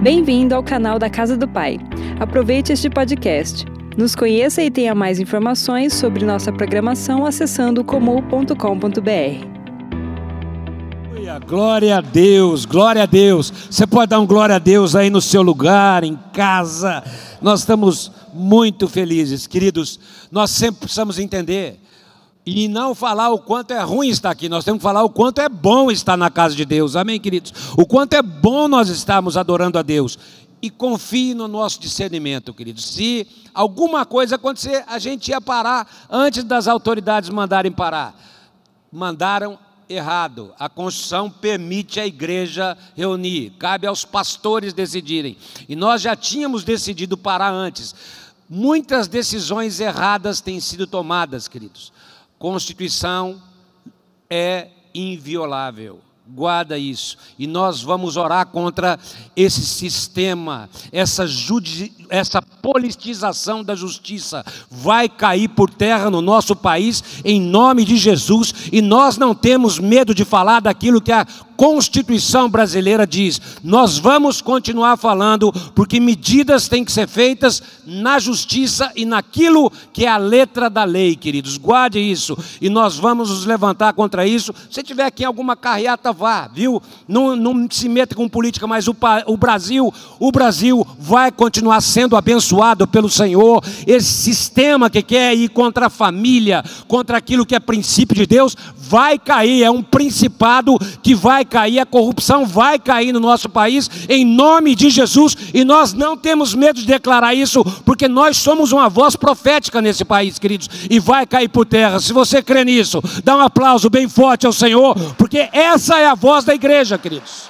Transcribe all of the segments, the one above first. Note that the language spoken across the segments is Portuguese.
Bem-vindo ao canal da Casa do Pai. Aproveite este podcast. Nos conheça e tenha mais informações sobre nossa programação acessando comum.com.br. Glória a Deus, glória a Deus. Você pode dar um glória a Deus aí no seu lugar, em casa. Nós estamos muito felizes, queridos. Nós sempre precisamos entender e não falar o quanto é ruim estar aqui. Nós temos que falar o quanto é bom estar na casa de Deus, amém, queridos? O quanto é bom nós estarmos adorando a Deus. E confie no nosso discernimento, queridos. Se alguma coisa acontecer, a gente ia parar antes das autoridades mandarem parar. Mandaram errado. A Constituição permite a igreja reunir, cabe aos pastores decidirem. E nós já tínhamos decidido parar antes. Muitas decisões erradas têm sido tomadas, queridos. Constituição é inviolável. Guarda isso, e nós vamos orar contra esse sistema, essa politização da justiça, vai cair por terra no nosso país, em nome de Jesus, e nós não temos medo de falar daquilo que a Constituição brasileira diz. Nós vamos continuar falando, porque medidas têm que ser feitas na justiça e naquilo que é a letra da lei, queridos, guarde isso, e nós vamos nos levantar contra isso. Se tiver aqui alguma carreata, vá, viu? Não se meta com política, mas o Brasil vai continuar sendo abençoado pelo Senhor. Esse sistema que quer ir contra a família, contra aquilo que é princípio de Deus, vai cair, é um principado que vai cair, a corrupção vai cair no nosso país, em nome de Jesus, e nós não temos medo de declarar isso, porque nós somos uma voz profética nesse país, queridos, e vai cair por terra. Se você crê nisso, dá um aplauso bem forte ao Senhor, porque essa é a voz da igreja, queridos.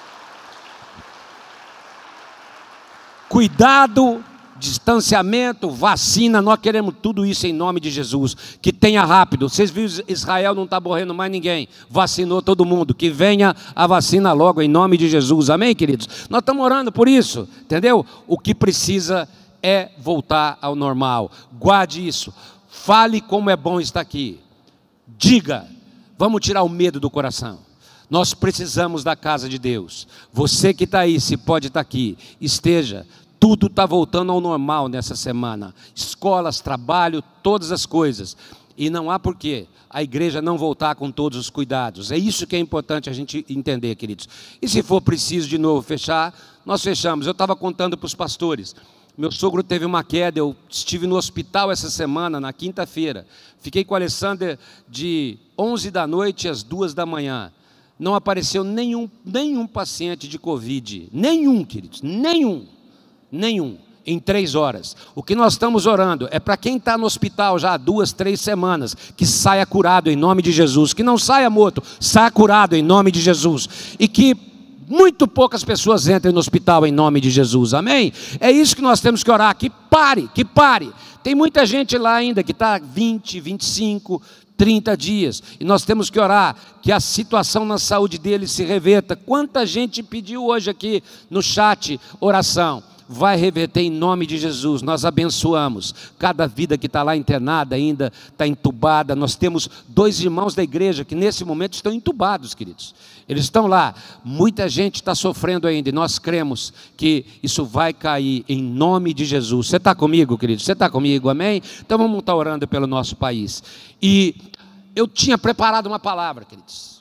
Cuidado, distanciamento, vacina, nós queremos tudo isso em nome de Jesus, que tenha rápido. Vocês viram, Israel não está morrendo mais ninguém, vacinou todo mundo, que venha a vacina logo em nome de Jesus, amém, queridos? Nós estamos orando por isso, entendeu? O que precisa é voltar ao normal, guarde isso, fale como é bom estar aqui, diga, vamos tirar o medo do coração. Nós precisamos da casa de Deus. Você que está aí, se pode estar aqui, esteja. Tudo está voltando ao normal nessa semana. Escolas, trabalho, todas as coisas. E não há porquê a igreja não voltar com todos os cuidados. É isso que é importante a gente entender, queridos. E se for preciso de novo fechar, nós fechamos. Eu estava contando para os pastores. Meu sogro teve uma queda, eu estive no hospital essa semana, na quinta-feira. Fiquei com o Alexander de 11 da noite às 2 da manhã. Não apareceu nenhum paciente de Covid. Nenhum, queridos, nenhum, em 3 horas. O que nós estamos orando é para quem está no hospital já há 2, 3 semanas, que saia curado em nome de Jesus, que não saia morto, saia curado em nome de Jesus, e que muito poucas pessoas entrem no hospital em nome de Jesus, amém? É isso que nós temos que orar, que pare. Tem muita gente lá ainda que está 20, 25, 30 dias, e nós temos que orar que a situação na saúde deles se reverta. Quanta gente pediu hoje aqui no chat oração? Vai reverter em nome de Jesus. Nós abençoamos cada vida que está lá internada ainda, está entubada. Nós temos 2 irmãos da igreja que nesse momento estão entubados, queridos. Eles estão lá, muita gente está sofrendo ainda, e nós cremos que isso vai cair em nome de Jesus. Você está comigo, querido? Você está comigo, amém? Então vamos estar orando pelo nosso país. E eu tinha preparado uma palavra, queridos,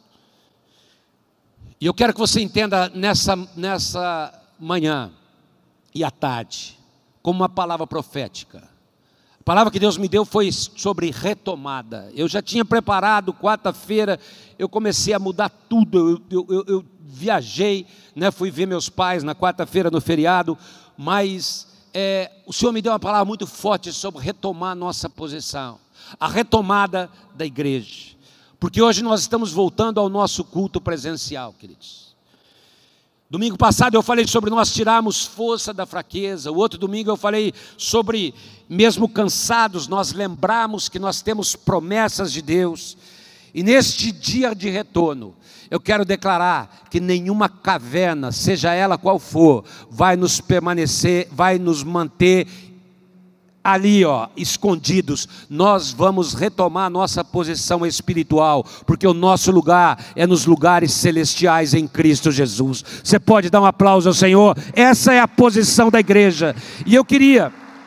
e eu quero que você entenda nessa manhã e à tarde, como uma palavra profética. A palavra que Deus me deu foi sobre retomada. Eu já tinha preparado, quarta-feira, eu comecei a mudar tudo, eu viajei, né, fui ver meus pais na quarta-feira no feriado, mas o Senhor me deu uma palavra muito forte sobre retomar a nossa posição, a retomada da igreja, porque hoje nós estamos voltando ao nosso culto presencial, queridos. Domingo passado eu falei sobre nós tirarmos força da fraqueza. O outro domingo eu falei sobre, mesmo cansados, nós lembrarmos que nós temos promessas de Deus. E neste dia de retorno, eu quero declarar que nenhuma caverna, seja ela qual for, vai nos manter ali, ó, escondidos, nós vamos retomar nossa posição espiritual, porque o nosso lugar é nos lugares celestiais em Cristo Jesus. Você pode dar um aplauso ao Senhor? Essa é a posição da igreja. E eu queria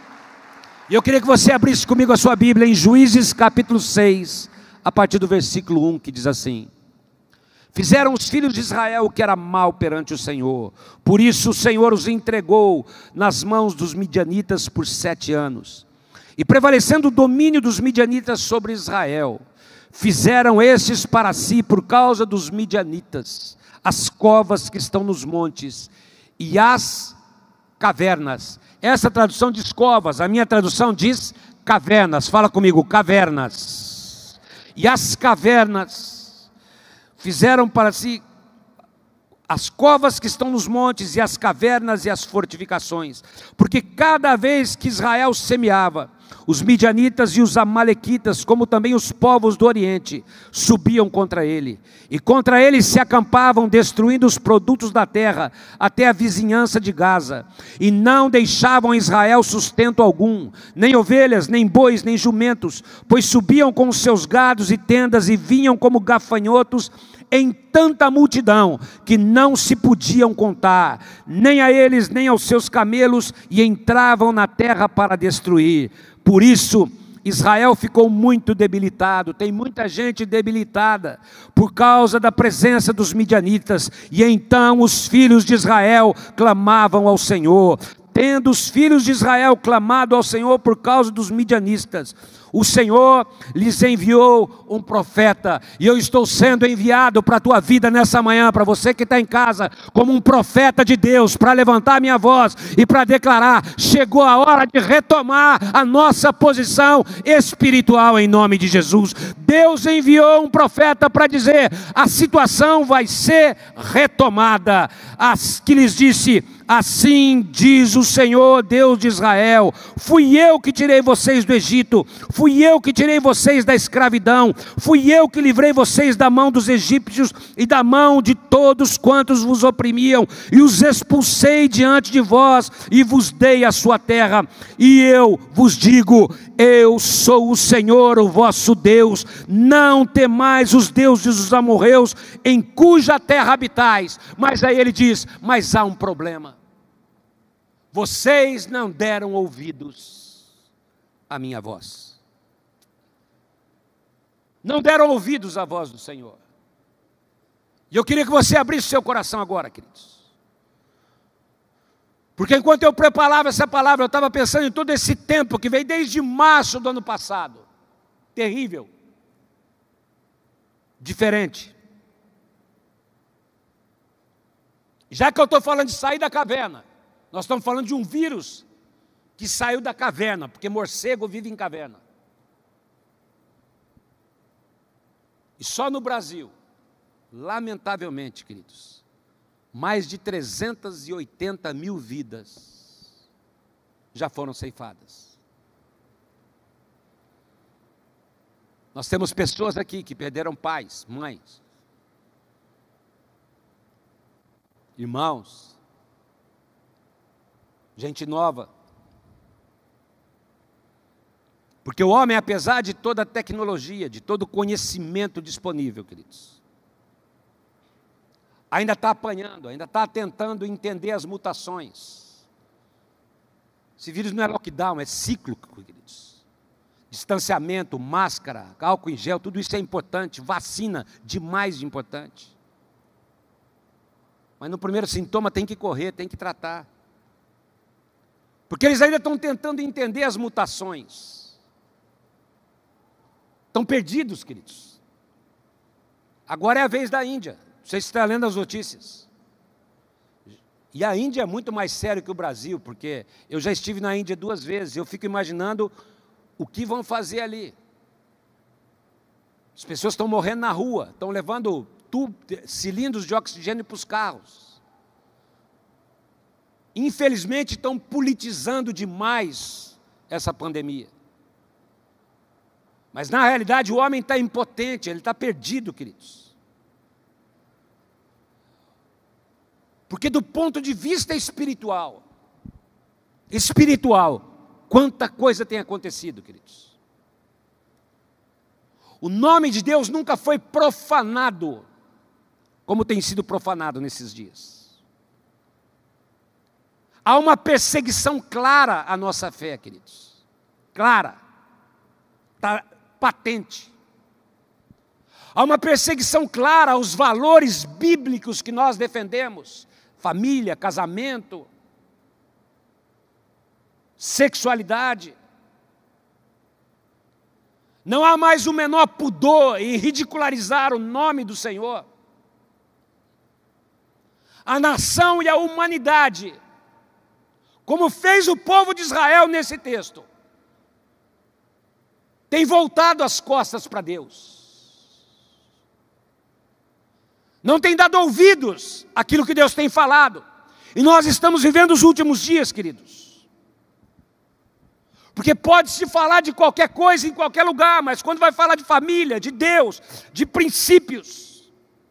que você abrisse comigo a sua Bíblia em Juízes capítulo 6, a partir do versículo 1, que diz assim: fizeram os filhos de Israel o que era mal perante o Senhor, por isso o Senhor os entregou nas mãos dos midianitas por 7 anos. E prevalecendo o domínio dos midianitas sobre Israel, fizeram estes para si, por causa dos midianitas, as covas que estão nos montes e as cavernas. Essa tradução diz covas, a minha tradução diz cavernas. Fala comigo, cavernas. E as cavernas fizeram para si as covas que estão nos montes e as cavernas e as fortificações, porque cada vez que Israel semeava, os midianitas e os amalequitas, como também os povos do Oriente, subiam contra ele, e contra ele se acampavam, destruindo os produtos da terra, até a vizinhança de Gaza, e não deixavam a Israel sustento algum, nem ovelhas, nem bois, nem jumentos, pois subiam com os seus gados e tendas, e vinham como gafanhotos em tanta multidão, que não se podiam contar, nem a eles, nem aos seus camelos, e entravam na terra para destruir. Por isso, Israel ficou muito debilitado. Tem muita gente debilitada por causa da presença dos midianitas. E então os filhos de Israel clamavam ao Senhor. Tendo os filhos de Israel clamado ao Senhor por causa dos midianistas, o Senhor lhes enviou um profeta, e eu estou sendo enviado para a tua vida nessa manhã, para você que está em casa, como um profeta de Deus, para levantar minha voz e para declarar: chegou a hora de retomar a nossa posição espiritual em nome de Jesus. Deus enviou um profeta para dizer: a situação vai ser retomada. Que lhes disse: assim diz o Senhor Deus de Israel, fui eu que tirei vocês do Egito, fui eu que tirei vocês da escravidão, fui eu que livrei vocês da mão dos egípcios e da mão de todos quantos vos oprimiam, e os expulsei diante de vós, e vos dei a sua terra, e eu vos digo: eu sou o Senhor, o vosso Deus. Não temais os deuses dos amorreus, em cuja terra habitais. Mas aí ele diz: mas há um problema. Vocês não deram ouvidos à minha voz. Não deram ouvidos à voz do Senhor. E eu queria que você abrisse seu coração agora, queridos. Porque enquanto eu preparava essa palavra, eu estava pensando em todo esse tempo que veio desde março do ano passado. Terrível. Diferente. Já que eu estou falando de sair da caverna, nós estamos falando de um vírus que saiu da caverna, porque morcego vive em caverna. E só no Brasil, lamentavelmente, queridos, mais de 380 mil vidas já foram ceifadas. Nós temos pessoas aqui que perderam pais, mães, irmãos, gente nova. Porque o homem, apesar de toda a tecnologia, de todo o conhecimento disponível, queridos, ainda está apanhando, ainda está tentando entender as mutações. Esse vírus não é lockdown, é cíclico, queridos. Distanciamento, máscara, álcool em gel, tudo isso é importante. Vacina, demais de importante. Mas no primeiro sintoma tem que correr, tem que tratar. Porque eles ainda estão tentando entender as mutações. Estão perdidos, queridos. Agora é a vez da Índia. Você está lendo as notícias. E a Índia é muito mais sério que o Brasil, porque eu já estive na Índia 2 vezes, eu fico imaginando o que vão fazer ali. As pessoas estão morrendo na rua, estão levando cilindros de oxigênio para os carros. Infelizmente estão politizando demais essa pandemia. Mas na realidade o homem está impotente, ele está perdido, queridos. Porque do ponto de vista espiritual, Quanta coisa tem acontecido, queridos. O nome de Deus nunca foi profanado, como tem sido profanado nesses dias. Há uma perseguição clara à nossa fé, queridos. Clara. Está patente. Há uma perseguição clara aos valores bíblicos que nós defendemos. Família, casamento, sexualidade. Não há mais o menor pudor em ridicularizar o nome do Senhor. A nação e a humanidade, como fez o povo de Israel nesse texto, tem voltado as costas para Deus. Não tem dado ouvidos àquilo que Deus tem falado. E nós estamos vivendo os últimos dias, queridos. Porque pode-se falar de qualquer coisa em qualquer lugar, mas quando vai falar de família, de Deus, de princípios,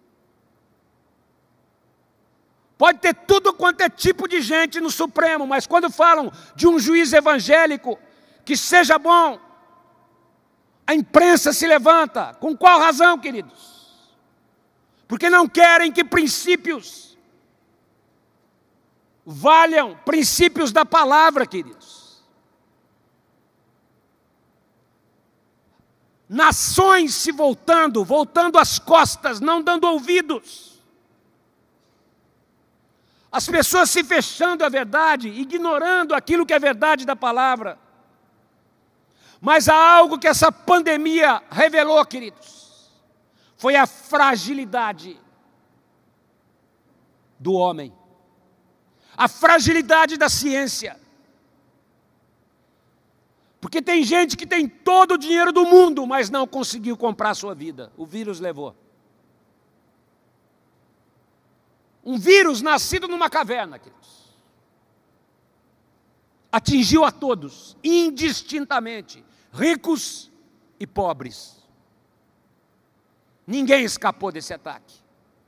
pode ter tudo quanto é tipo de gente no Supremo, mas quando falam de um juiz evangélico que seja bom, a imprensa se levanta. Com qual razão, queridos? Porque não querem que princípios valham, princípios da palavra, queridos. Nações se voltando as costas, não dando ouvidos. As pessoas se fechando à verdade, ignorando aquilo que é verdade da palavra. Mas há algo que essa pandemia revelou, queridos. Foi a fragilidade do homem. A fragilidade da ciência. Porque tem gente que tem todo o dinheiro do mundo, mas não conseguiu comprar a sua vida. O vírus levou. Um vírus nascido numa caverna, queridos. Atingiu a todos, indistintamente, ricos e pobres. Ninguém escapou desse ataque.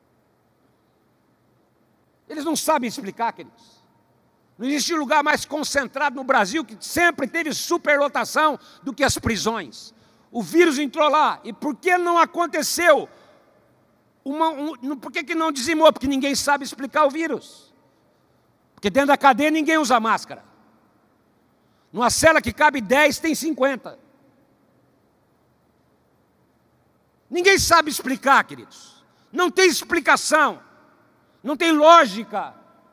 Eles não sabem explicar, queridos. Não existe lugar mais concentrado no Brasil que sempre teve superlotação do que as prisões. O vírus entrou lá. E por que não aconteceu? Por que não dizimou? Porque ninguém sabe explicar o vírus. Porque dentro da cadeia ninguém usa máscara. Numa cela que cabe 10, tem 50. Ninguém sabe explicar, queridos. Não tem explicação. Não tem lógica.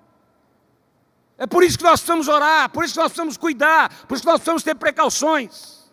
É por isso que nós precisamos orar, por isso que nós precisamos cuidar, por isso que nós precisamos ter precauções.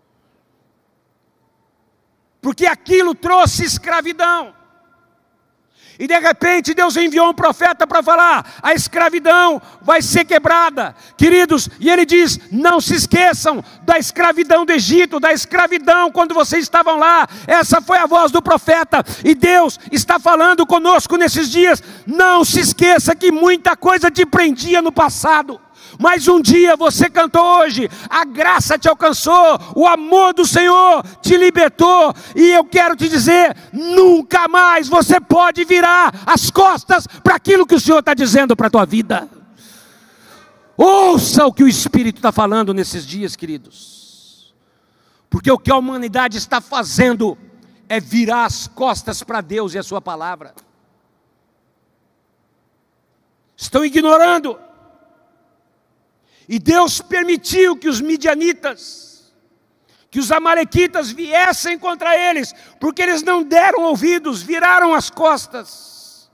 Porque aquilo trouxe escravidão. E de repente Deus enviou um profeta para falar, a escravidão vai ser quebrada, queridos, e ele diz, não se esqueçam da escravidão do Egito, da escravidão quando vocês estavam lá, essa foi a voz do profeta, e Deus está falando conosco nesses dias, não se esqueça que muita coisa te prendia no passado, mas um dia você cantou hoje, a graça te alcançou, o amor do Senhor te libertou, e eu quero te dizer, nunca mais você pode virar as costas para aquilo que o Senhor está dizendo para a tua vida. Ouça o que o Espírito está falando nesses dias, queridos, porque o que a humanidade está fazendo é virar as costas para Deus e a sua palavra. Estão ignorando. E Deus permitiu que os midianitas, que os amalequitas viessem contra eles, porque eles não deram ouvidos, viraram as costas.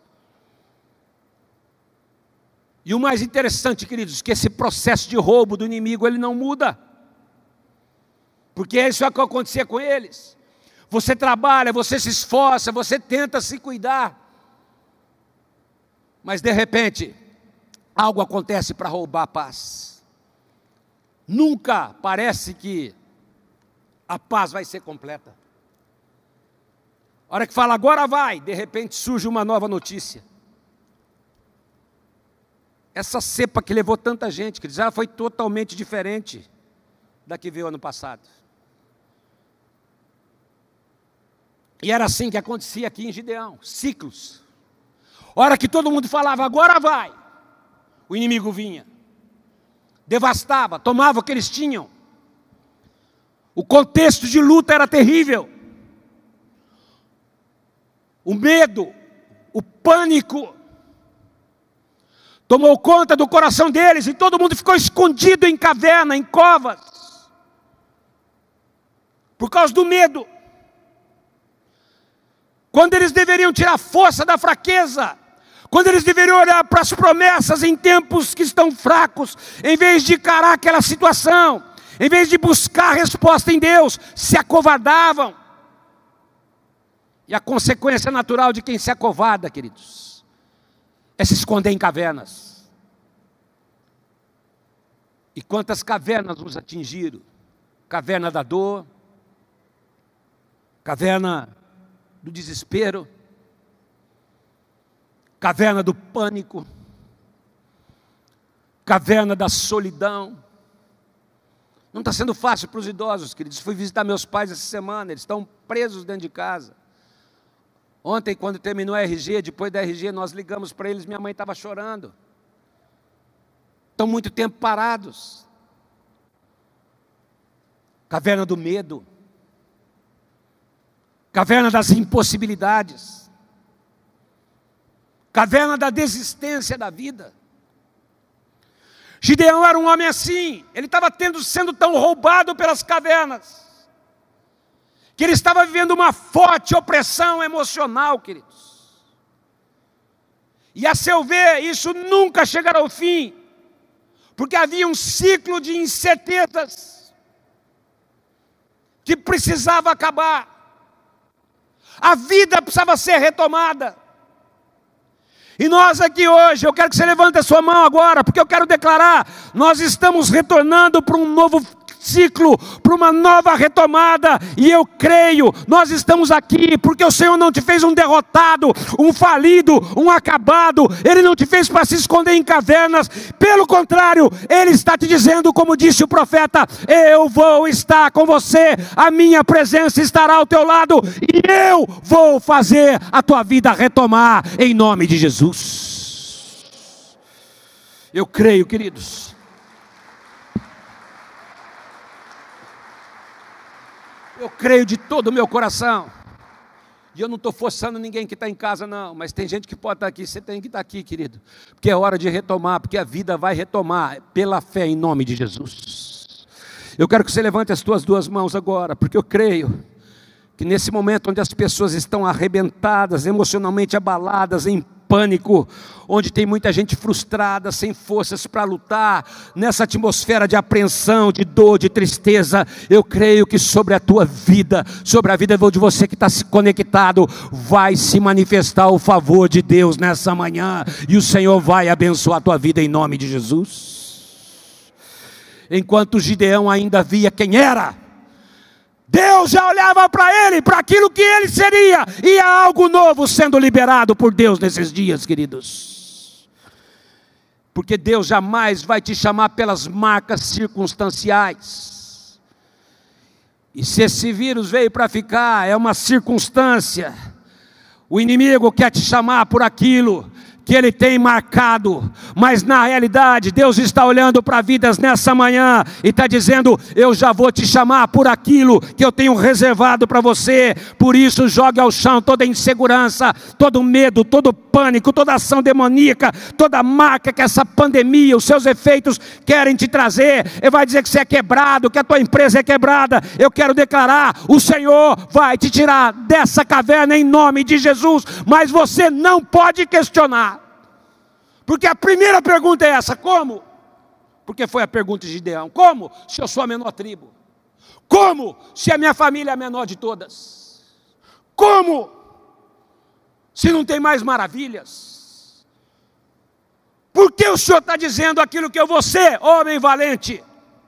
E o mais interessante, queridos, que esse processo de roubo do inimigo, ele não muda. Porque isso é o que acontecia com eles. Você trabalha, você se esforça, você tenta se cuidar. Mas de repente, algo acontece para roubar a paz. Nunca parece que a paz vai ser completa. A hora que fala, agora vai, de repente surge uma nova notícia. Essa cepa que levou tanta gente, que já foi totalmente diferente da que veio ano passado. E era assim que acontecia aqui em Gideão, ciclos. A hora que todo mundo falava, agora vai, o inimigo vinha. devastava, tomava o que eles tinham. O contexto de luta era terrível. O medo, o pânico tomou conta do coração deles e todo mundo ficou escondido em caverna, em covas, por causa do medo. Quando eles deveriam tirar força da fraqueza, quando eles deveriam olhar para as promessas em tempos que estão fracos, em vez de encarar aquela situação, em vez de buscar resposta em Deus, se acovardavam. E a consequência natural de quem se acovarda, queridos, é se esconder em cavernas. E quantas cavernas nos atingiram? Caverna da dor, caverna do desespero, caverna do pânico, caverna da solidão. Não está sendo fácil para os idosos, queridos. Fui visitar meus pais essa semana, eles estão presos dentro de casa. Ontem, quando terminou a RG, depois da RG, nós ligamos para eles, minha mãe estava chorando. Estão muito tempo parados. Caverna do medo. Caverna das impossibilidades. Caverna da desistência da vida. Gideão era um homem assim. Ele estava sendo tão roubado pelas cavernas, que ele estava vivendo uma forte opressão emocional, queridos. E a seu ver, isso nunca chegará ao fim, porque havia um ciclo de incertezas que precisava acabar. A vida precisava ser retomada. E nós aqui hoje, eu quero que você levante a sua mão agora, porque eu quero declarar, nós estamos retornando para um novo ciclo, para uma nova retomada, e eu creio, nós estamos aqui, porque o Senhor não te fez um derrotado, um falido, um acabado, Ele não te fez para se esconder em cavernas, pelo contrário, Ele está te dizendo, como disse o profeta, eu vou estar com você, a minha presença estará ao teu lado, e eu vou fazer a tua vida retomar, em nome de Jesus. Eu creio, queridos. Eu creio de todo o meu coração. E eu não estou forçando ninguém que está em casa, não. Mas tem gente que pode estar aqui. Você tem que estar aqui, querido. Porque é hora de retomar. Porque a vida vai retomar pela fé em nome de Jesus. Eu quero que você levante as tuas duas mãos agora. Porque eu creio que nesse momento onde as pessoas estão arrebentadas, emocionalmente abaladas, em pânico, onde tem muita gente frustrada, sem forças para lutar, nessa atmosfera de apreensão, de dor, de tristeza, eu creio que sobre a tua vida, sobre a vida de você que está se conectado, vai se manifestar o favor de Deus nessa manhã, e o Senhor vai abençoar a tua vida em nome de Jesus. Enquanto Gideão ainda via quem era, Deus já olhava para ele, para aquilo que ele seria, e há algo novo sendo liberado por Deus nesses dias, queridos. Porque Deus jamais vai te chamar pelas marcas circunstanciais. E se esse vírus veio para ficar, é uma circunstância. O inimigo quer te chamar por aquilo que ele tem marcado, mas na realidade Deus está olhando para vidas nessa manhã e está dizendo, eu já vou te chamar por aquilo que eu tenho reservado para você. Por isso jogue ao chão toda insegurança, todo medo, todo pânico, toda ação demoníaca, toda marca que essa pandemia, os seus efeitos querem te trazer. Ele vai dizer que você é quebrado, que a tua empresa é quebrada. Eu quero declarar, o Senhor vai te tirar dessa caverna em nome de Jesus, mas você não pode questionar. Porque a primeira pergunta é essa, como? Porque foi a pergunta de Gideão, como se eu sou a menor tribo? Como se a minha família é a menor de todas? Como se não tem mais maravilhas? Por que o Senhor está dizendo aquilo que eu vou ser, homem valente?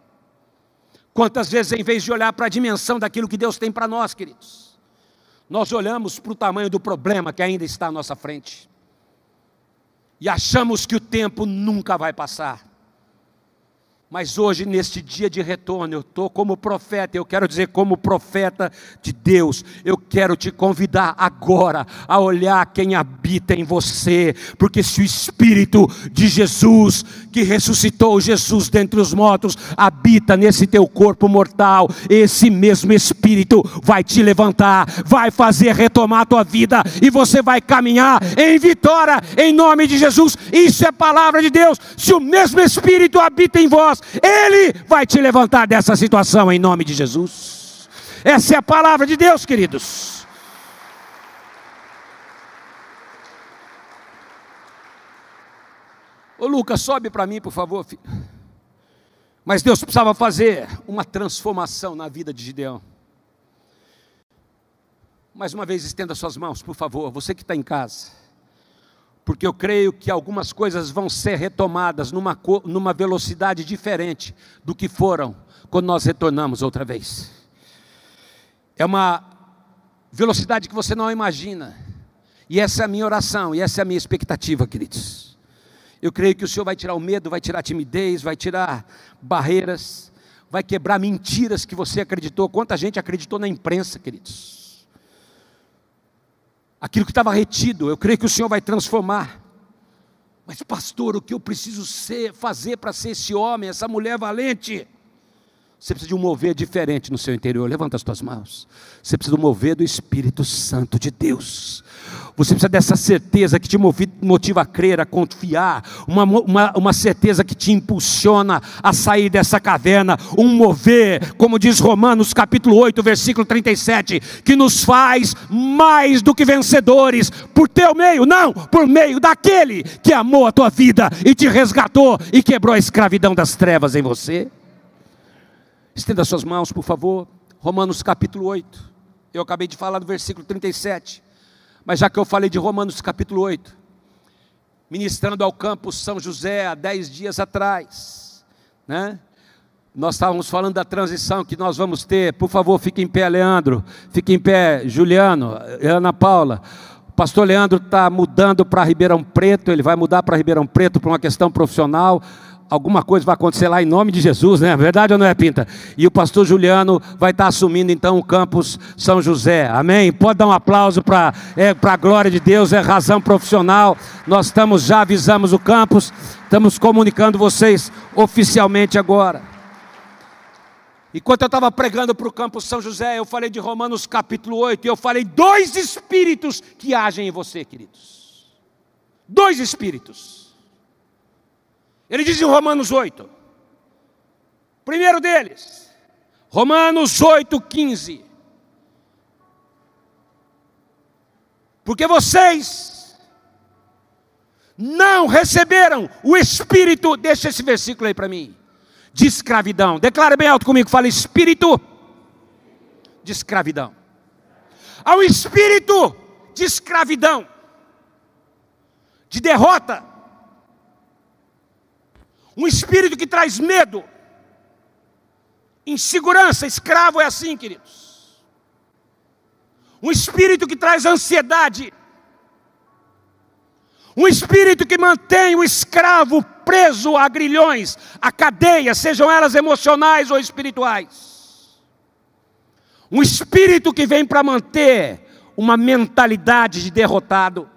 Quantas vezes, em vez de olhar para a dimensão daquilo que Deus tem para nós, queridos, nós olhamos para o tamanho do problema que ainda está à nossa frente e achamos que o tempo nunca vai passar. Mas hoje, neste dia de retorno, eu estou como profeta, eu quero dizer como profeta de Deus, eu quero te convidar agora a olhar quem habita em você, porque se o Espírito de Jesus, que ressuscitou Jesus dentre os mortos, habita nesse teu corpo mortal, esse mesmo Espírito vai te levantar, vai fazer retomar a tua vida, e você vai caminhar em vitória, em nome de Jesus. Isso é palavra de Deus. Se o mesmo Espírito habita em vós, Ele vai te levantar dessa situação em nome de Jesus. Essa é a palavra de Deus, queridos. Ô Lucas, sobe para mim, por favor, filho. Mas Deus precisava fazer uma transformação na vida de Gideão. Mais uma vez, estenda suas mãos, por favor, você que está em casa. Porque eu creio que algumas coisas vão ser retomadas numa velocidade diferente do que foram quando nós retornamos outra vez. É uma velocidade que você não imagina. E essa é a minha oração, e essa é a minha expectativa, queridos. Eu creio que o Senhor vai tirar o medo, vai tirar a timidez, vai tirar barreiras, vai quebrar mentiras que você acreditou. Quanta gente acreditou na imprensa, queridos? Aquilo que estava retido, eu creio que o Senhor vai transformar. Mas pastor, o que eu preciso fazer para ser esse homem, essa mulher valente? Você precisa de um mover diferente no seu interior. Levanta as tuas mãos. Você precisa do mover do Espírito Santo de Deus. Você precisa dessa certeza que te motiva a crer, a confiar, uma certeza que te impulsiona a sair dessa caverna, um mover, como diz Romanos capítulo 8, versículo 37, que nos faz mais do que vencedores, por teu meio, não, por meio daquele que amou a tua vida e te resgatou e quebrou a escravidão das trevas em você. Estenda suas mãos, por favor. Romanos capítulo 8, eu acabei de falar do versículo 37, mas já que eu falei de Romanos capítulo 8, ministrando ao campus São José há 10 dias atrás, né? Nós estávamos falando da transição que nós vamos ter. Por favor, fique em pé, Leandro, fique em pé, Juliano, Ana Paula. O pastor Leandro está mudando para Ribeirão Preto, ele vai mudar para Ribeirão Preto por uma questão profissional. Alguma coisa vai acontecer lá em nome de Jesus, né? Verdade ou não é, Pinta? E o pastor Juliano vai estar assumindo então o campus São José, amém? Pode dar um aplauso para a glória de Deus, é razão profissional. Nós já avisamos o campus, estamos comunicando vocês oficialmente agora. Enquanto eu estava pregando para o campus São José, eu falei de Romanos capítulo 8, e eu falei 2 espíritos que agem em você, queridos. 2 espíritos. Ele diz em Romanos 8, primeiro deles, Romanos 8:15, porque vocês não receberam o espírito, deixa esse versículo aí para mim, de escravidão. Declara bem alto comigo, fala espírito de escravidão. Há um espírito de escravidão, de derrota. Um espírito que traz medo, insegurança. Escravo é assim, queridos. Um espírito que traz ansiedade. Um espírito que mantém o escravo preso a grilhões, a cadeias, sejam elas emocionais ou espirituais. Um espírito que vem para manter uma mentalidade de derrotado.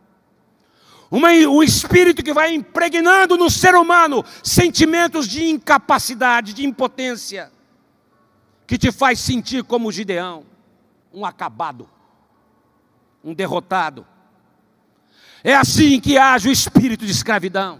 Um espírito que vai impregnando no ser humano sentimentos de incapacidade, de impotência, que te faz sentir como Gideão, um acabado, um derrotado. É assim que age o espírito de escravidão.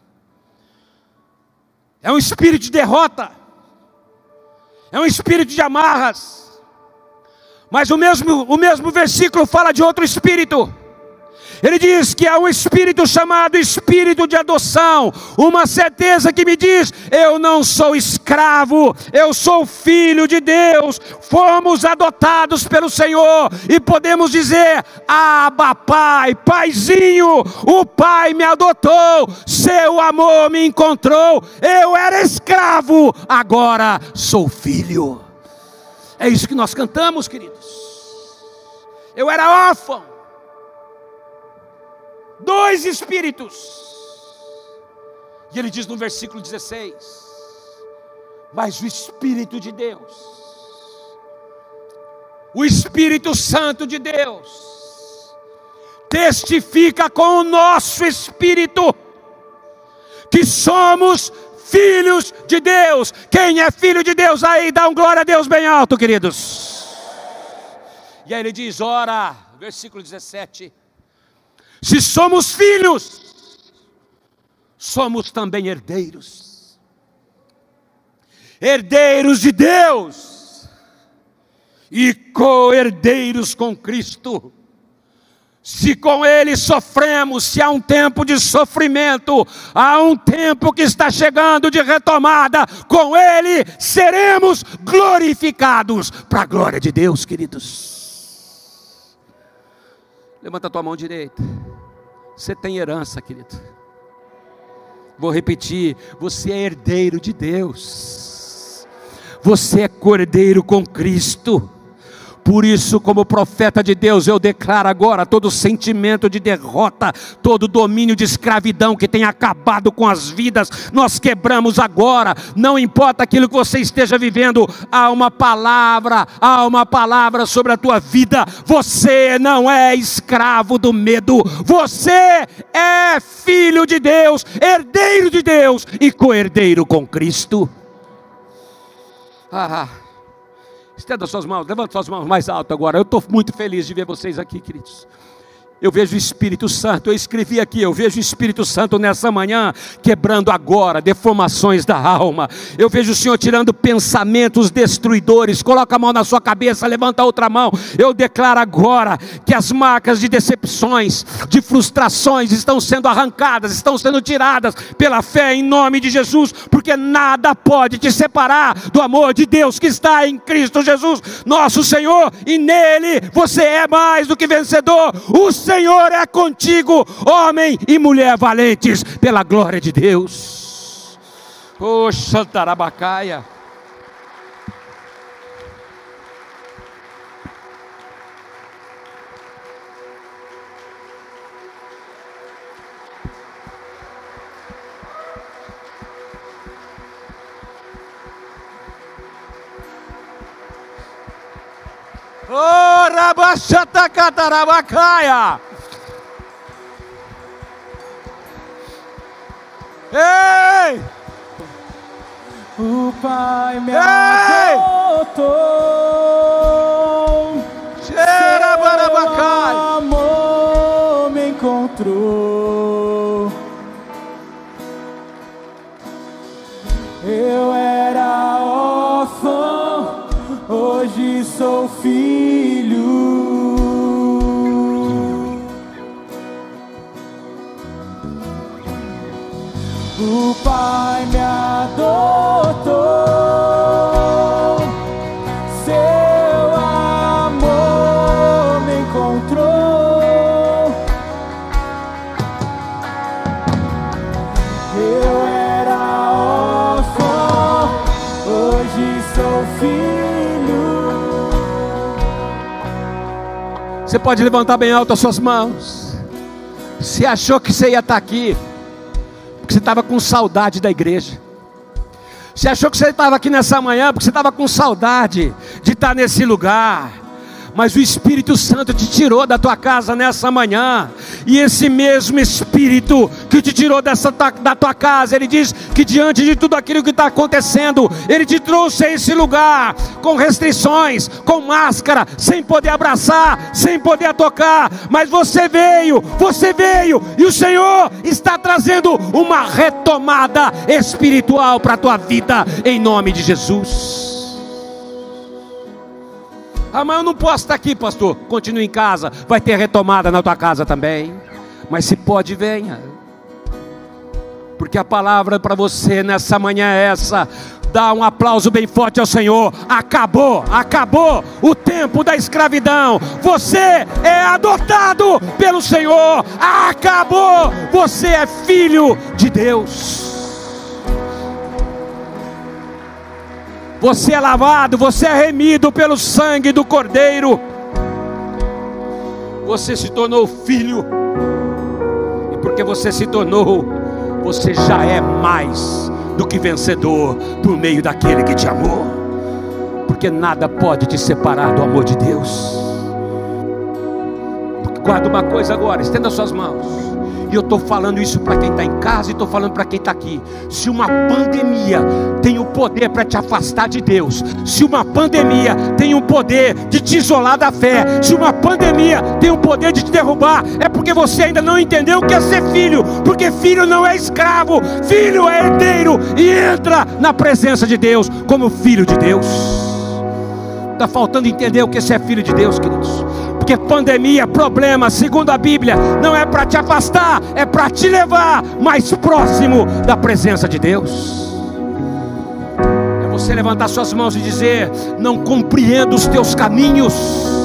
É um espírito de derrota, é um espírito de amarras. Mas o mesmo versículo fala de outro espírito. Ele diz que há um espírito chamado espírito de adoção, uma certeza que me diz, eu não sou escravo, eu sou filho de Deus, fomos adotados pelo Senhor, e podemos dizer, Abba Pai, Paizinho, o Pai me adotou, seu amor me encontrou, eu era escravo, agora sou filho. É isso que nós cantamos, queridos. Eu era órfão. 2 espíritos. E ele diz no versículo 16, Mas o Espírito de Deus, o Espírito Santo de Deus, testifica com o nosso espírito que somos filhos de Deus. Quem é filho de Deus aí, dá um glória a Deus bem alto, queridos. E aí ele diz, ora, versículo 17, se somos filhos, somos também herdeiros, herdeiros de Deus e co-herdeiros com Cristo. Se com Ele sofremos, se há um tempo de sofrimento, há um tempo que está chegando de retomada, com Ele seremos glorificados para a glória de Deus, queridos. Levanta a tua mão direita. Você tem herança, querido. Vou repetir, você é herdeiro de Deus. Você é cordeiro com Cristo. Por isso, como profeta de Deus, eu declaro agora todo sentimento de derrota, todo domínio de escravidão que tem acabado com as vidas, nós quebramos agora. Não importa aquilo que você esteja vivendo, há uma palavra sobre a tua vida. Você não é escravo do medo, você é filho de Deus, herdeiro de Deus e co-herdeiro com Cristo. Estenda suas mãos, levanta suas mãos mais alto agora. Eu estou muito feliz de ver vocês aqui, queridos. Eu vejo o Espírito Santo, eu escrevi aqui, eu vejo o Espírito Santo nessa manhã, quebrando agora deformações da alma. Eu vejo o Senhor tirando pensamentos destruidores. Coloca a mão na sua cabeça, levanta a outra mão. Eu declaro agora que as marcas de decepções, de frustrações estão sendo arrancadas, estão sendo tiradas pela fé em nome de Jesus, porque nada pode te separar do amor de Deus que está em Cristo Jesus, nosso Senhor, e nele você é mais do que vencedor. O Senhor é contigo, homem e mulher valentes, pela glória de Deus. Oh, Xantarabacaia. Oh, Rabachatacatarabacaia. Ei! O Pai me adotou, Cheira barabacai. Seu amor me encontrou. Eu era órfão, hoje sou filho. O Pai me adotou, Seu amor me encontrou. Eu era órfão, hoje sou filho. Você pode levantar bem alto as suas mãos. Você achou que você ia estar aqui porque você estava com saudade da igreja. Você achou que você estava aqui nessa manhã porque você estava com saudade de estar nesse lugar. Mas o Espírito Santo te tirou da tua casa nessa manhã. E esse mesmo Espírito que te tirou da tua casa, Ele diz que diante de tudo aquilo que está acontecendo, Ele te trouxe a esse lugar com restrições, com máscara, sem poder abraçar, sem poder tocar. Mas você veio, e o Senhor está trazendo uma retomada espiritual para a tua vida, em nome de Jesus. Mas eu não posso estar aqui, pastor. Continue em casa, vai ter retomada na tua casa também. Mas se pode, venha. Porque a palavra para você nessa manhã é essa. Dá um aplauso bem forte ao Senhor. Acabou o tempo da escravidão. Você é adotado pelo Senhor. Acabou, você é filho de Deus. Você é lavado, você é remido pelo sangue do Cordeiro. Você se tornou filho. E porque você se tornou, você já é mais do que vencedor por meio daquele que te amou. Porque nada pode te separar do amor de Deus. Guarda uma coisa agora, estenda suas mãos. E eu estou falando isso para quem está em casa e estou falando para quem está aqui. Se uma pandemia tem o poder para te afastar de Deus, se uma pandemia tem o poder de te isolar da fé, se uma pandemia tem o poder de te derrubar, é porque você ainda não entendeu o que é ser filho. Porque filho não é escravo, filho é herdeiro e entra na presença de Deus como filho de Deus. Está faltando entender o que é ser filho de Deus, queridos. Porque pandemia, problema, segundo a Bíblia, não é para te afastar, é para te levar mais próximo da presença de Deus. É você levantar suas mãos e dizer: não compreendo os teus caminhos,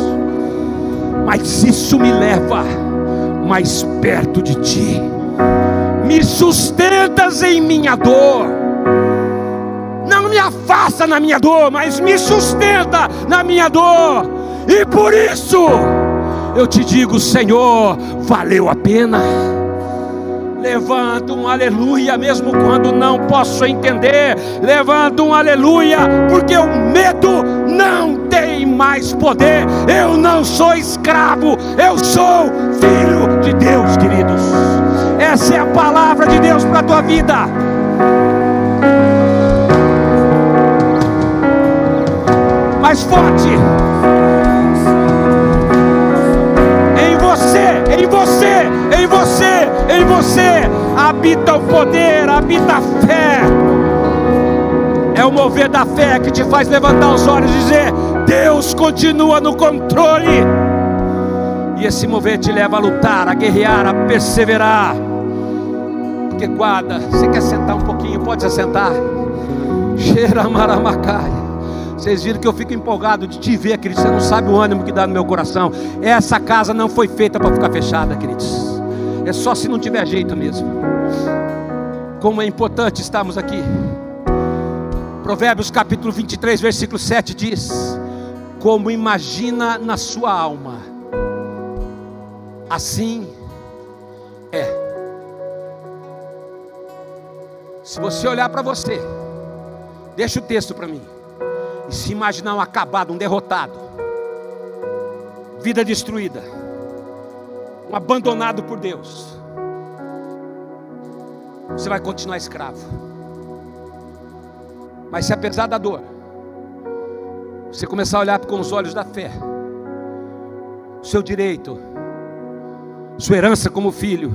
mas isso me leva mais perto de ti. Me sustentas em minha dor. Não me afasta na minha dor, mas me sustenta na minha dor. E por isso eu te digo, Senhor, valeu a pena. Levanta um aleluia, mesmo quando não posso entender. Levanta um aleluia, porque o medo não tem mais poder. Eu não sou escravo, eu sou filho de Deus, queridos. Essa é a palavra de Deus para a tua vida. Mais forte. Em você habita o poder, habita a fé. É o mover da fé que te faz levantar os olhos e dizer: Deus continua no controle. E esse mover te leva a lutar, a guerrear, a perseverar. Porque guarda, você quer sentar um pouquinho? Pode se assentar. Xeramaramacai. Vocês viram que eu fico empolgado de te ver, queridos. Você não sabe o ânimo que dá no meu coração. Essa casa não foi feita para ficar fechada, queridos. É só se não tiver jeito mesmo. Como é importante estarmos aqui. Provérbios capítulo 23, versículo 7 diz: como imagina na sua alma, assim é. Se você olhar para você, deixa o texto para mim, e se imaginar um acabado, um derrotado, vida destruída, um abandonado por Deus, você vai continuar escravo. Mas se apesar da dor, você começar a olhar com os olhos da fé, o seu direito, sua herança como filho,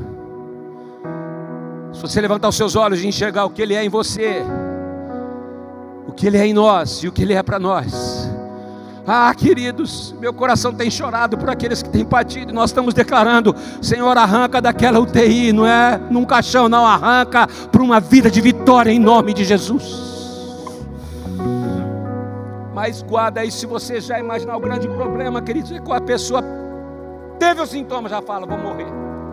se você levantar os seus olhos e enxergar o que Ele é em você, o que Ele é em nós e o que Ele é para nós. Ah, queridos, meu coração tem chorado por aqueles que têm partido. Nós estamos declarando: Senhor, arranca daquela UTI, não é num caixão, não, arranca para uma vida de vitória em nome de Jesus. Mas guarda aí, se você já imaginar o grande problema, queridos, é quando a pessoa teve os sintomas, já fala: vou morrer.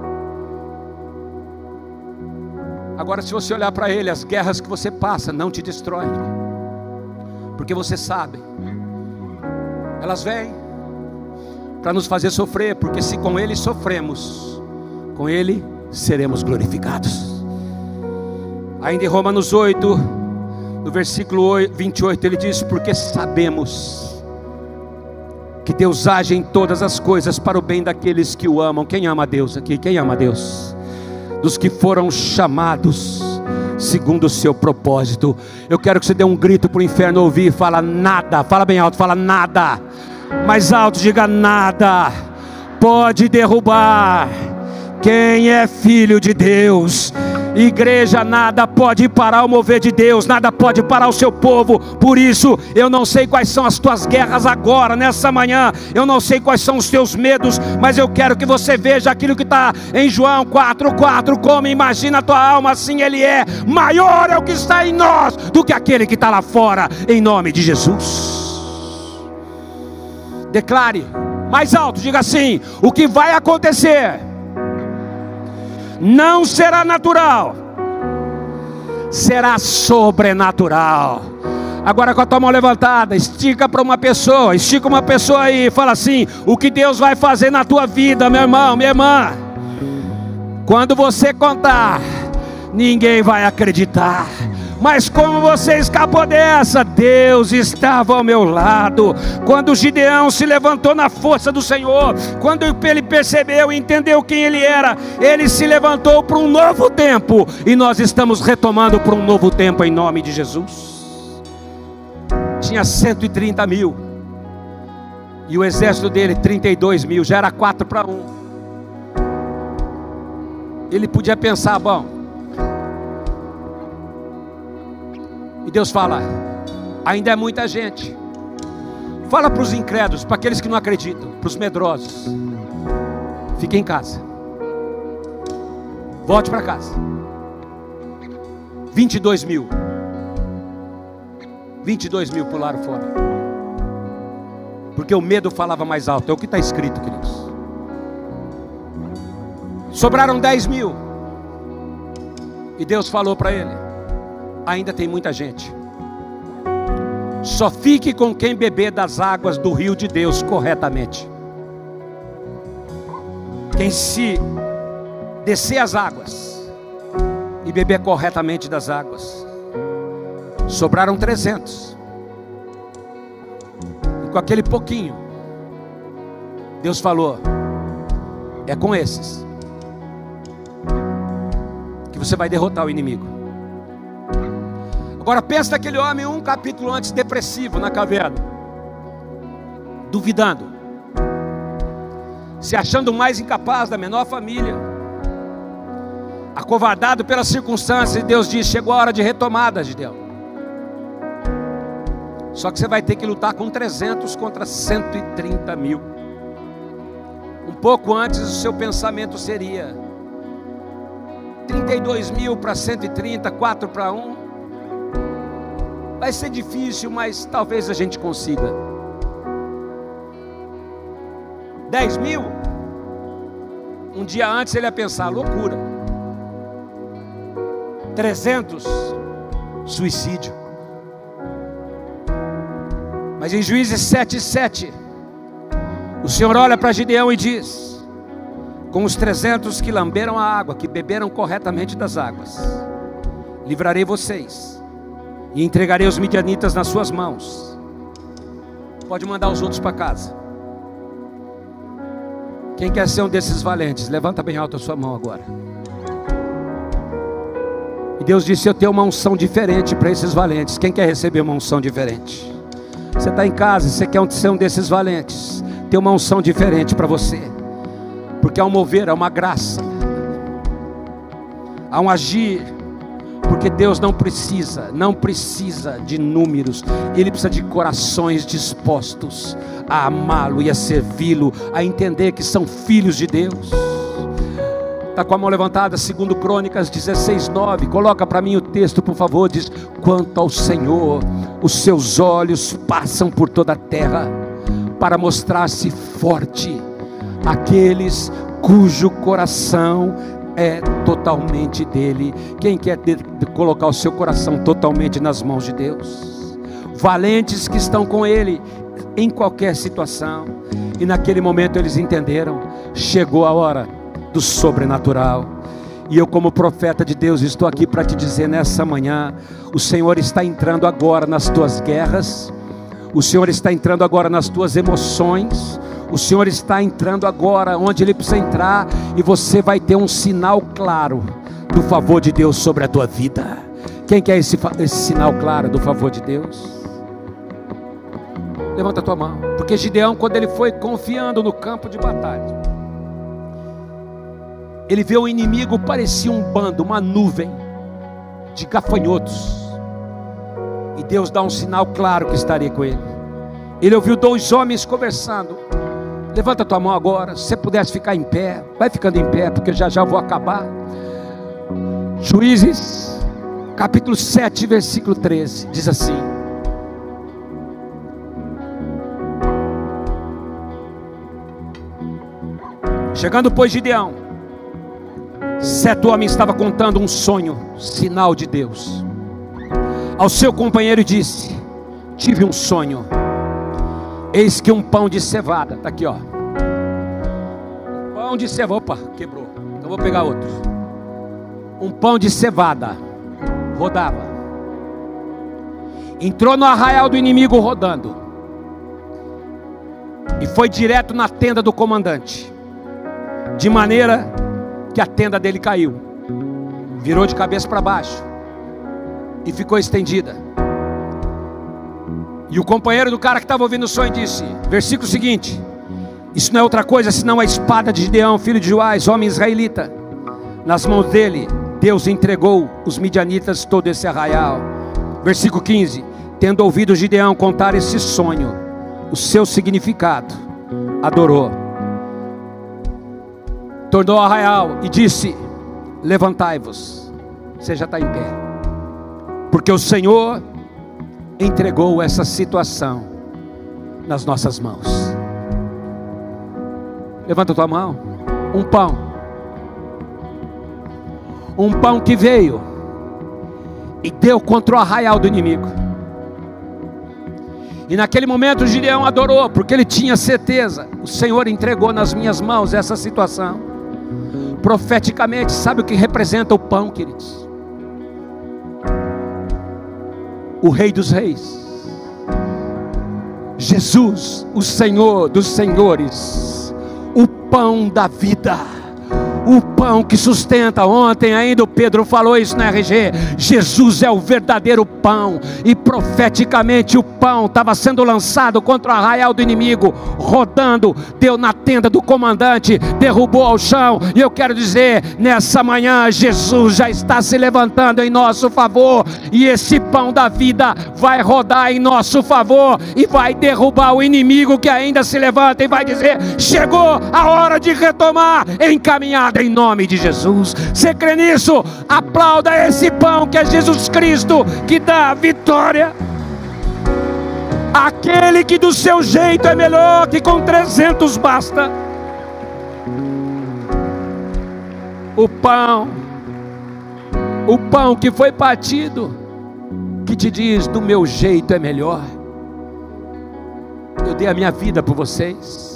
Agora, se você olhar para ele, as guerras que você passa não te destroem, porque você sabe, elas vêm para nos fazer sofrer, porque se com Ele sofremos, com Ele seremos glorificados. Ainda em Romanos 8, no versículo 28, ele diz: porque sabemos que Deus age em todas as coisas para o bem daqueles que o amam. Quem ama a Deus aqui? Quem ama a Deus? Dos que foram chamados segundo o seu propósito. Eu quero que você dê um grito para o inferno ouvir e fala: nada, fala bem alto, fala: nada, mais alto, diga: nada pode derrubar quem é filho de Deus. Igreja, nada pode parar o mover de Deus, nada pode parar o seu povo. Por isso, eu não sei quais são as tuas guerras agora, nessa manhã, eu não sei quais são os teus medos, mas eu quero que você veja aquilo que está em João 4,4: como imagina a tua alma, assim Ele é. Maior é o que está em nós do que aquele que está lá fora, em nome de Jesus. Declare mais alto, diga assim: o que vai acontecer não será natural, será sobrenatural. Agora, com a tua mão levantada, estica para uma pessoa, estica uma pessoa aí e fala assim: o que Deus vai fazer na tua vida, meu irmão, minha irmã, quando você contar ninguém vai acreditar. Mas como você escapou dessa? Deus estava ao meu lado. Quando Gideão se levantou na força do Senhor, quando ele percebeu e entendeu quem ele era, ele se levantou para um novo tempo. E nós estamos retomando para um novo tempo em nome de Jesus. Tinha 130 mil. E o exército dele 32 mil. Já era 4-1. Ele podia pensar, bom. E Deus fala, ainda é muita gente. Fala para os incrédulos, para aqueles que não acreditam, para os medrosos, fiquem em casa, volte para casa. 22 mil pularam fora, porque o medo falava mais alto. É o que está escrito, queridos. Sobraram 10 mil. E Deus falou para ele, ainda tem muita gente. Só fique com quem beber das águas do rio de Deus corretamente. Quem se descer as águas e beber corretamente das águas. Sobraram 300. E com aquele pouquinho, Deus falou, é com esses que você vai derrotar o inimigo. Agora pensa naquele homem um capítulo antes, depressivo na caverna, duvidando, se achando mais incapaz da menor família, acovardado pelas circunstâncias. E Deus diz, chegou a hora de retomada, Gideão. Só que você vai ter que lutar com 300 contra 130 mil. Um pouco antes o seu pensamento seria 32 mil para 130, 4-1. Vai ser difícil, mas talvez a gente consiga. 10 mil. Um dia antes ele ia pensar, loucura. 300, suicídio. Mas em Juízes 7:7, o Senhor olha para Gideão e diz, com os 300 que lamberam a água, que beberam corretamente das águas, livrarei vocês e entregarei os midianitas nas suas mãos. Pode mandar os outros para casa. Quem quer ser um desses valentes, levanta bem alto a sua mão agora. E Deus disse, eu tenho uma unção diferente para esses valentes. Quem quer receber uma unção diferente? Você está em casa, você quer ser um desses valentes, tem uma unção diferente para você. Porque há um mover, há uma graça, há um agir. Porque Deus não precisa de números. Ele precisa de corações dispostos a amá-lo e a servi-lo, a entender que são filhos de Deus. Está com a mão levantada, 2 Crônicas 16:9. Coloca para mim o texto, por favor. Diz, quanto ao Senhor, os seus olhos passam por toda a terra, para mostrar-se forte àqueles cujo coração é totalmente dele. Quem quer colocar o seu coração totalmente nas mãos de Deus? Valentes que estão com ele em qualquer situação. E naquele momento eles entenderam, chegou a hora do sobrenatural. E eu, como profeta de Deus, estou aqui para te dizer nessa manhã, o Senhor está entrando agora nas tuas guerras, o Senhor está entrando agora nas tuas emoções, o Senhor está entrando agora onde Ele precisa entrar, e você vai ter um sinal claro do favor de Deus sobre a tua vida. Quem quer esse sinal claro do favor de Deus? Levanta a tua mão. Porque Gideão, quando ele foi confiando no campo de batalha, ele vê o inimigo, parecia um bando, uma nuvem de gafanhotos, e Deus dá um sinal claro que estaria com ele. Ele ouviu 2 homens conversando. Levanta a tua mão agora. Se você pudesse ficar em pé, vai ficando em pé, porque já já eu vou acabar. Juízes capítulo 7, versículo 13, diz assim: chegando pois Gideão, 7 homens estavam contando um sonho, sinal de Deus, ao seu companheiro, e disse: tive um sonho, eis que um pão de cevada, está aqui ó, pão de cevada, opa, quebrou, então vou pegar outro. um pão de cevada, rodava, entrou no arraial do inimigo rodando, e foi direto na tenda do comandante, de maneira que a tenda dele caiu, virou de cabeça para baixo e ficou estendida. E o companheiro do cara que estava ouvindo o sonho disse, versículo seguinte: isso não é outra coisa senão a espada de Gideão, filho de Joás, homem israelita. Nas mãos dele Deus entregou os midianitas todo esse arraial. Versículo 15: tendo ouvido Gideão contar esse sonho, o seu significado, adorou, tornou o arraial e disse: levantai-vos. Você já está em pé, porque o Senhor entregou essa situação nas nossas mãos. Levanta a tua mão. Um pão que veio e deu contra o arraial do inimigo. E naquele momento Gideão adorou, porque ele tinha certeza: o Senhor entregou nas minhas mãos essa situação. Profeticamente, sabe o que representa o pão, queridos? O Rei dos Reis, Jesus, o Senhor dos Senhores, o pão da vida, o pão que sustenta. Ontem ainda o Pedro falou isso na RG. Jesus é o verdadeiro pão. E profeticamente o pão estava sendo lançado contra o arraial do inimigo, rodando, deu na tenda do comandante, derrubou ao chão. E eu quero dizer, nessa manhã Jesus já está se levantando em nosso favor, e esse pão da vida vai rodar em nosso favor e vai derrubar o inimigo que ainda se levanta, e vai dizer: chegou a hora de retomar, encaminhada em nome de Jesus. Você crê nisso? Aplauda esse pão que é Jesus Cristo, que dá a vitória. Aquele que do seu jeito é melhor, que com 300 basta. O pão que foi partido, que te diz: do meu jeito é melhor. Eu dei a minha vida por vocês.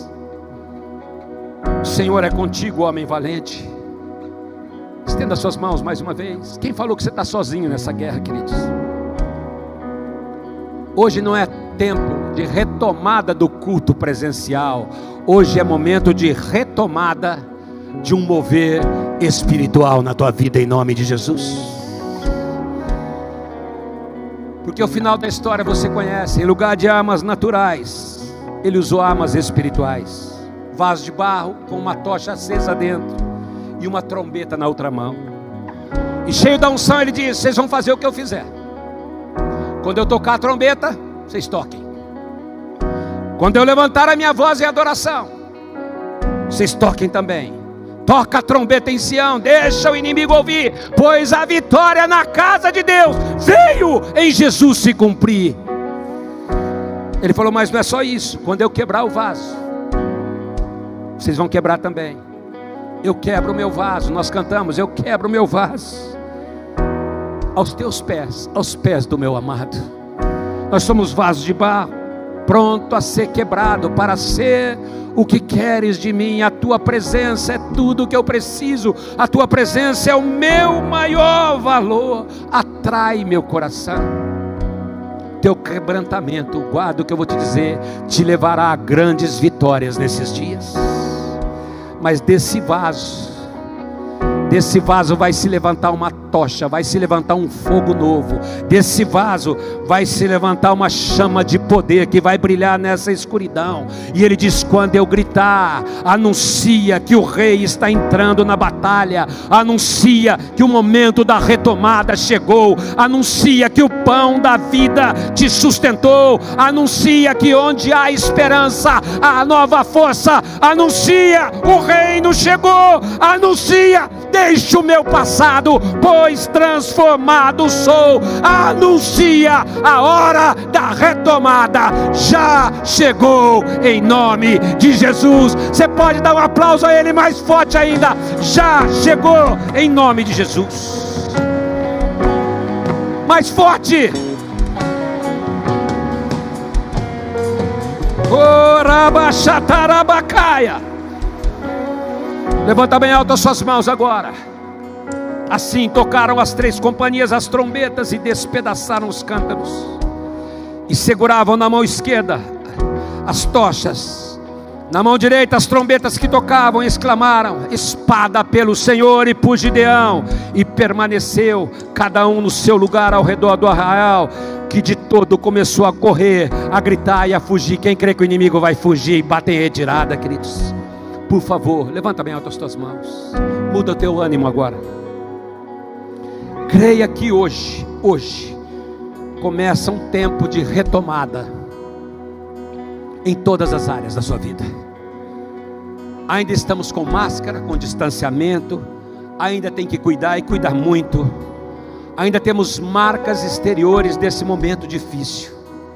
O Senhor é contigo, homem valente. Estenda suas mãos mais uma vez. Quem falou que você está sozinho nessa guerra, queridos? Hoje não é tempo de retomada do culto presencial. Hoje é momento de retomada de um mover espiritual na tua vida, em nome de Jesus. Porque o final da história você conhece. Em lugar de armas naturais, ele usou armas espirituais. Vaso de barro com uma tocha acesa dentro e uma trombeta na outra mão. E cheio da unção ele diz: vocês vão fazer o que eu fizer. Quando eu tocar a trombeta, vocês toquem. Quando eu levantar a minha voz em adoração, vocês toquem também. Toca a trombeta em Sião, deixa o inimigo ouvir, pois a vitória na casa de Deus veio em Jesus se cumprir. Ele falou: mas não é só isso. Quando eu quebrar o vaso, vocês vão quebrar também. Eu quebro o meu vaso. Nós cantamos: eu quebro o meu vaso aos teus pés, aos pés do meu amado. Nós somos vasos de barro, pronto a ser quebrado, para ser o que queres de mim. A tua presença é tudo o que eu preciso. A tua presença é o meu maior valor. Atrai meu coração. Teu quebrantamento, guarda o que eu vou te dizer, te levará a grandes vitórias nesses dias. Mas desse vaso vai se levantar uma tocha, vai se levantar um fogo novo. Desse vaso vai se levantar uma chama de poder que vai brilhar nessa escuridão. E ele diz: quando eu gritar, anuncia que o rei está entrando na batalha, anuncia que o momento da retomada chegou, anuncia que o pão da vida te sustentou, anuncia que onde há esperança há nova força, anuncia: o reino chegou, anuncia: deixa o meu passado, pois transformado sou. Anuncia: a hora da retomada já chegou, em nome de Jesus. Você pode dar um aplauso a ele mais forte ainda. Já chegou, em nome de Jesus. Mais forte. Levanta bem alto as suas mãos agora. Assim tocaram as 3 companhias as trombetas e despedaçaram os cântaros, e seguravam na mão esquerda as tochas, na mão direita as trombetas que tocavam, e exclamaram: espada pelo Senhor e por Gideão. E permaneceu cada um no seu lugar ao redor do arraial, que de todo começou a correr, a gritar e a fugir. Quem crê que o inimigo vai fugir e bate em retirada, queridos? Por favor, levanta bem alto as tuas mãos, muda o teu ânimo agora. Creia que hoje começa um tempo de retomada em todas as áreas da sua vida. Ainda estamos com máscara, com distanciamento, ainda tem que cuidar e cuidar muito. Ainda temos marcas exteriores desse momento difícil.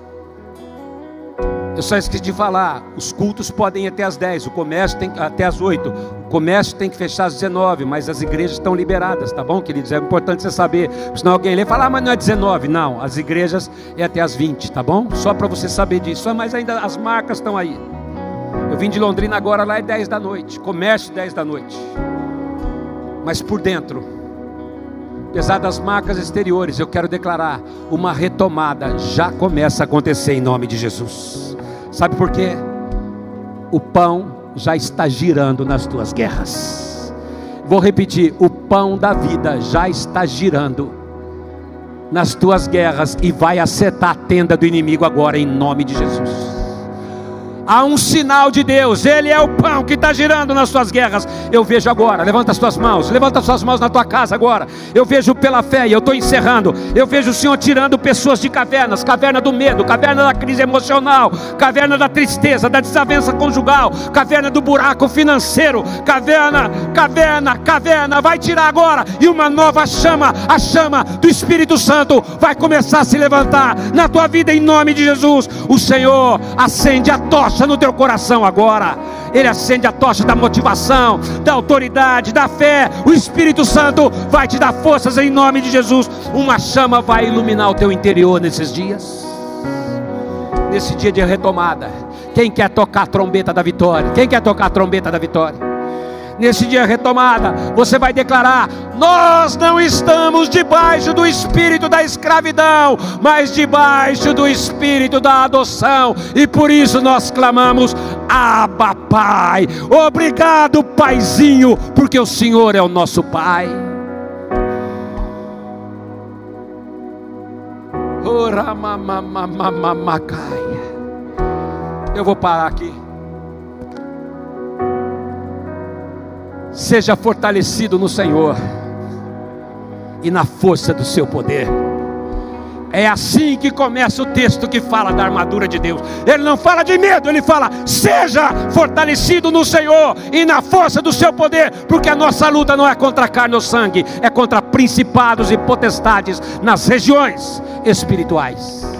Eu só esqueci de falar, os cultos podem ir até às 10, o comércio tem até às 8, o comércio tem que fechar às 19, mas as igrejas estão liberadas, tá bom, queridos? É importante você saber, senão alguém lê e fala: mas não é 19, não, as igrejas é até às 20, tá bom? Só para você saber disso, mas ainda as marcas estão aí. Eu vim de Londrina agora, lá é 10 da noite, comércio 10 da noite, mas por dentro, apesar das marcas exteriores, eu quero declarar, uma retomada já começa a acontecer em nome de Jesus. Sabe por quê? O pão já está girando nas tuas guerras. Vou repetir, o pão da vida já está girando nas tuas guerras e vai acertar a tenda do inimigo agora em nome de Jesus. Há um sinal de Deus, Ele é o pão que está girando nas suas guerras. Eu vejo agora, levanta as tuas mãos na tua casa agora. Eu vejo pela fé, e eu estou encerrando. Eu vejo o Senhor tirando pessoas de cavernas, caverna do medo, caverna da crise emocional, caverna da tristeza, da desavença conjugal, caverna do buraco financeiro, caverna, vai tirar agora. E uma nova chama, a chama do Espírito Santo vai começar a se levantar na tua vida em nome de Jesus. O Senhor acende a tocha no teu coração agora. Ele acende a tocha da motivação, da autoridade, da fé. O Espírito Santo vai te dar forças em nome de Jesus. Uma chama vai iluminar o teu interior nesses dias, nesse dia de retomada. Quem quer tocar a trombeta da vitória? Quem quer tocar a trombeta da vitória? Nesse dia de retomada, você vai declarar: nós não estamos debaixo do espírito da escravidão, mas debaixo do espírito da adoção, e por isso nós clamamos: Abba, Pai. Obrigado, Paizinho, porque o Senhor é o nosso Pai. Eu vou parar aqui. Seja fortalecido no Senhor e na força do seu poder. É assim que começa o texto que fala da armadura de Deus. Ele não fala de medo, ele fala: seja fortalecido no Senhor e na força do seu poder, porque a nossa luta não é contra carne ou sangue, é contra principados e potestades nas regiões espirituais.